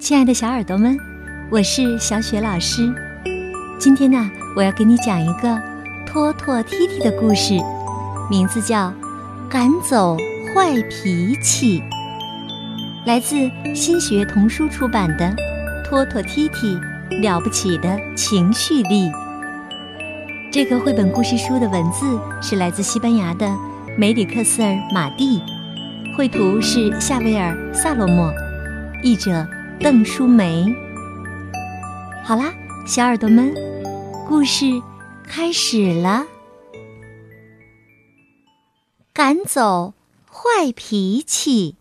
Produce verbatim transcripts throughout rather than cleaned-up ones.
亲爱的小耳朵们，我是小雪老师。今天呢，我要给你讲一个托托踢踢的故事，名字叫《赶走坏脾气》，来自新学童书出版的《托托踢踢了不起的情绪力》。这个绘本故事书的文字是来自西班牙的梅里克斯尔马蒂，绘图是夏维尔萨洛莫，译者邓淑梅。好啦，小耳朵们，故事开始了。赶走坏脾气。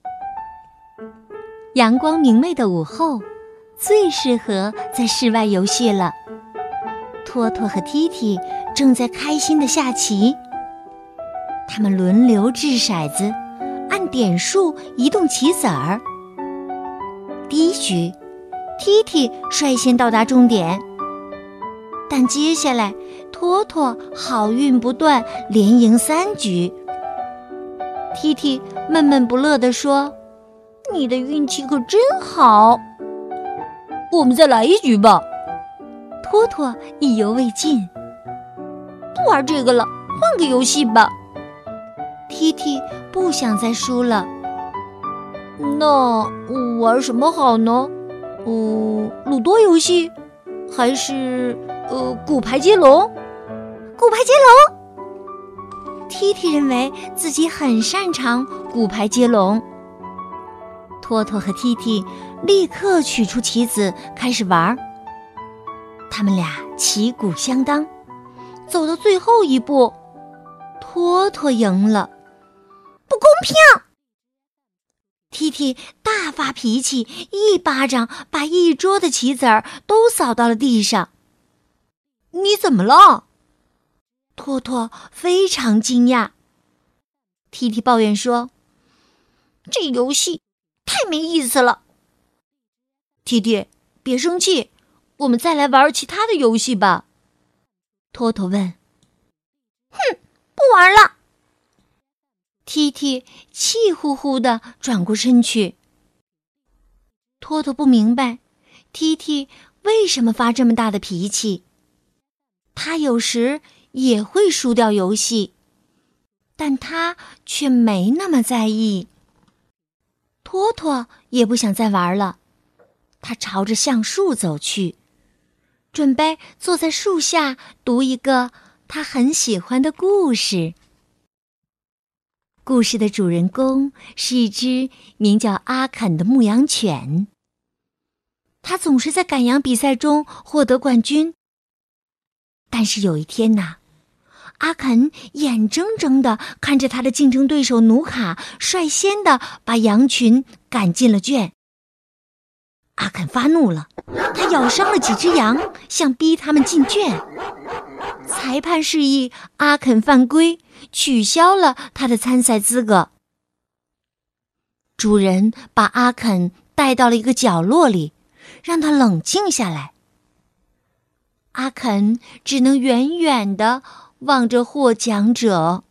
阳光明媚的午后，最适合在室外游戏了。托托和踢踢正在开心地下棋，他们轮流掷骰子，按点数移动棋子儿。第一局，踢踢率先到达终点，但接下来托托好运不断，连赢三局。踢踢闷闷不乐地说：“你的运气可真好。” 我们再来一局吧。 托托意犹未尽。 不玩这个了，换个游戏吧。 踢踢不想再输了。 那玩什么好呢？嗯，鲁多游戏，还是呃骨牌接龙？ 骨牌接龙。踢踢认为自己很擅长骨牌接龙。托托和踢踢立刻取出棋子开始玩。他们俩旗鼓相当，走到最后一步，托托赢了。不公平！踢踢大发脾气，一巴掌把一桌的棋子儿都扫到了地上。 你怎么了？ 托托非常惊讶。踢踢抱怨说：“ 这游戏太没意思了。” 踢踢，别生气，我们再来玩其他的游戏吧。托托问。 哼，不玩了。 踢踢气呼呼地转过身去。托托不明白踢踢为什么发这么大的脾气。他有时也会输掉游戏，但他却没那么在意。托托也不想再玩了，他朝着橡树走去，准备坐在树下读一个他很喜欢的故事。故事的主人公是一只名叫阿肯的牧羊犬，他总是在赶羊比赛中获得冠军。但是有一天呐，阿肯眼睁睁地看着他的竞争对手努卡率先地把羊群赶进了圈。阿肯发怒了，他咬伤了几只羊，想逼他们进圈。裁判示意阿肯犯规，取消了他的参赛资格。主人把阿肯带到了一个角落里，让他冷静下来。阿肯只能远远地望着获奖者。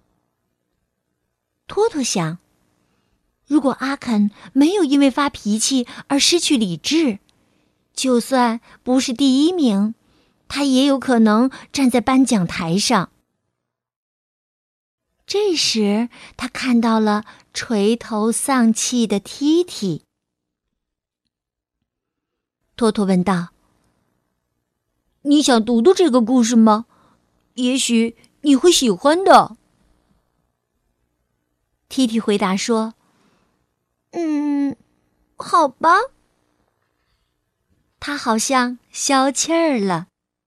托托想，如果阿肯没有因为发脾气而失去理智，就算不是第一名，他也有可能站在颁奖台上。这时，他看到了垂头丧气的踢踢。托托问道：“ 你想读读这个故事吗？也许你会喜欢的。” 踢踢回答说：“嗯，好吧。”他好像消气儿了。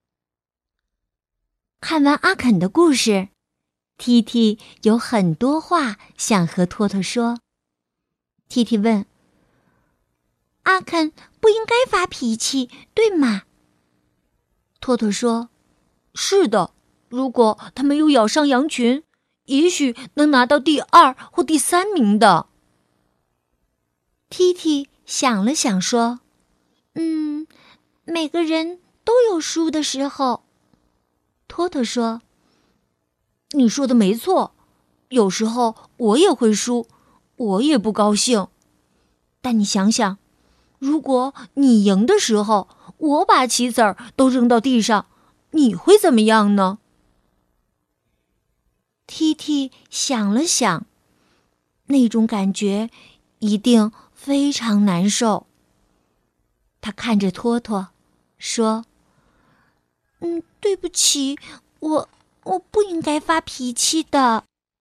看完阿肯的故事，踢踢有很多话想和托托说。踢踢问：“阿肯不应该发脾气，对吗？”托托说：“ 是的，如果他没有咬伤羊群，也许能拿到第二或第三名的。” 踢踢想了想说：“嗯，每个人都有输的时候。”托托说：“ 你说的没错，有时候我也会输，我也不高兴。但你想想， 如果你赢的时候，我把棋子儿都扔到地上，你会怎么样呢？ 踢踢想了想，那种感觉一定非常难受。他看着托托，说：“嗯，对不起，我我不应该发脾气的。”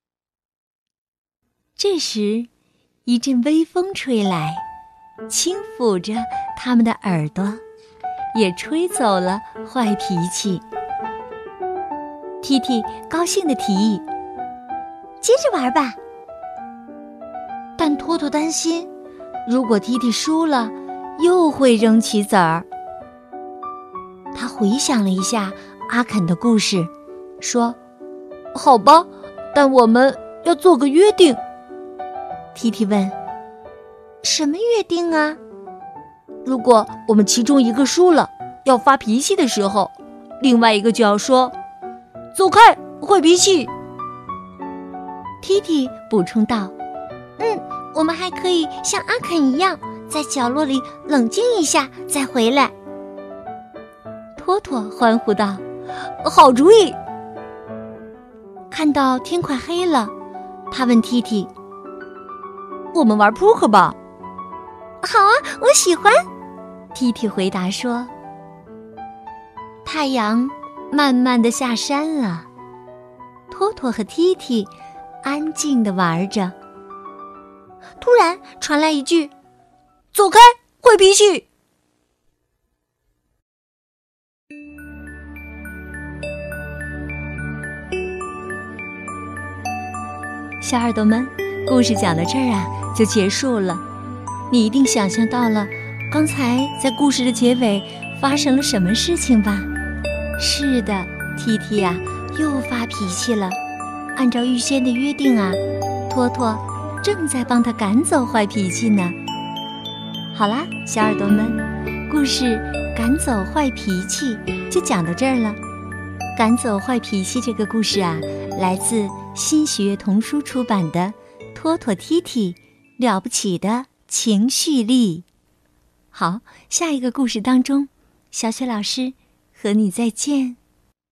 这时，一阵微风吹来，轻抚着他们的耳朵，也吹走了坏脾气。踢踢高兴地提议：“接着玩吧。”但托托担心，如果踢踢输了，又会扔棋子儿。他回想了一下阿肯的故事，说：“ 好吧，但我们要做个约定。” 踢踢问：“什么约定啊？” 如果我们其中一个输了，要发脾气的时候，另外一个就要说：“走开，坏脾气。” 踢踢补充道：“嗯，我们还可以像阿肯一样，在角落里冷静一下再回来。”托托欢呼道：“ 好主意！” 看到天快黑了，他问踢踢：“ 我们玩扑克吧？”“ 好啊，我喜欢。”踢踢回答说。太阳慢慢地下山了，托托和踢踢安静地玩着。突然传来一句：“ 走开，坏脾气！” 小耳朵们，故事讲到这儿啊，就结束了。你一定想象到了，刚才在故事的结尾发生了什么事情吧？是的，踢踢啊，又发脾气了。按照预先的约定啊，托托正在帮他赶走坏脾气呢。好啦，小耳朵们，故事《赶走坏脾气》就讲到这儿了。赶走坏脾气这个故事啊，来自新喜悦童书出版的《托托踢踢了不起的情绪力》。好，下一个故事当中，小雪老师和你再见。